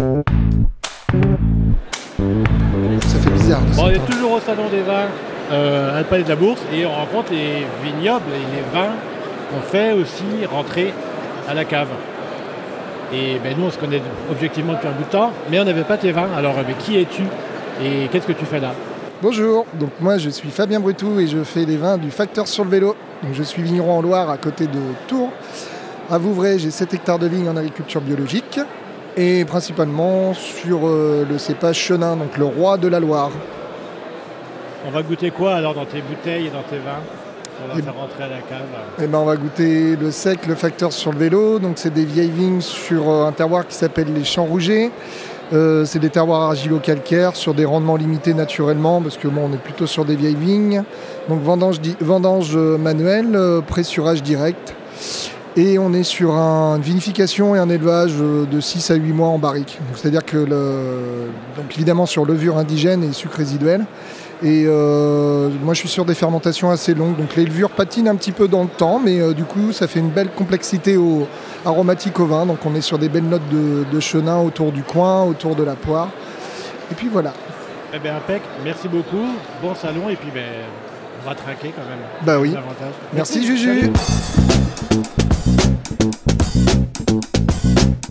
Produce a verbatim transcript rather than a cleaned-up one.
Ça fait bizarre. Bon, on est toujours au salon des vins euh, à le Palais de la Bourse et on rencontre les vignobles et les vins qu'on fait aussi rentrer à la cave. Et ben, nous, on se connaît objectivement depuis un bout de temps, mais on n'avait pas tes vins. Alors, mais qui es-tu et qu'est-ce que tu fais là? Bonjour, donc moi je suis Fabien Brutou et je fais les vins du Facteur sur le Vélo. Donc, je suis vigneron en Loire à côté de Tours. À Vouvray, j'ai sept hectares de vignes en agriculture biologique et principalement sur euh, le cépage Chenin, donc le roi de la Loire. On va goûter quoi alors dans tes bouteilles et dans tes vins? On va et faire rentrer à la cave. Eh ben, on va goûter le sec, le Facteur sur le Vélo. Donc c'est des vieilles vignes sur un terroir qui s'appelle les Champs Rougets. Euh, c'est des terroirs argilo-calcaires sur des rendements limités naturellement parce que bon, on est plutôt sur des vieilles vignes. Donc vendange, vendange manuelle, euh, pressurage direct. Et on est sur un, une vinification et un élevage de six à huit mois en barrique. Donc, c'est-à-dire que le, donc évidemment sur levure indigène et sucre résiduel. Et euh, moi je suis sur des fermentations assez longues, donc les levures patinent un petit peu dans le temps, mais euh, du coup ça fait une belle complexité au, aromatique au vin. Donc on est sur des belles notes de, de chenin autour du coin, autour de la poire. Et puis voilà. Eh bien impec, merci beaucoup, bon salon et puis ben, on va trinquer quand même. Bah oui. Merci, Merci Juju. Salut.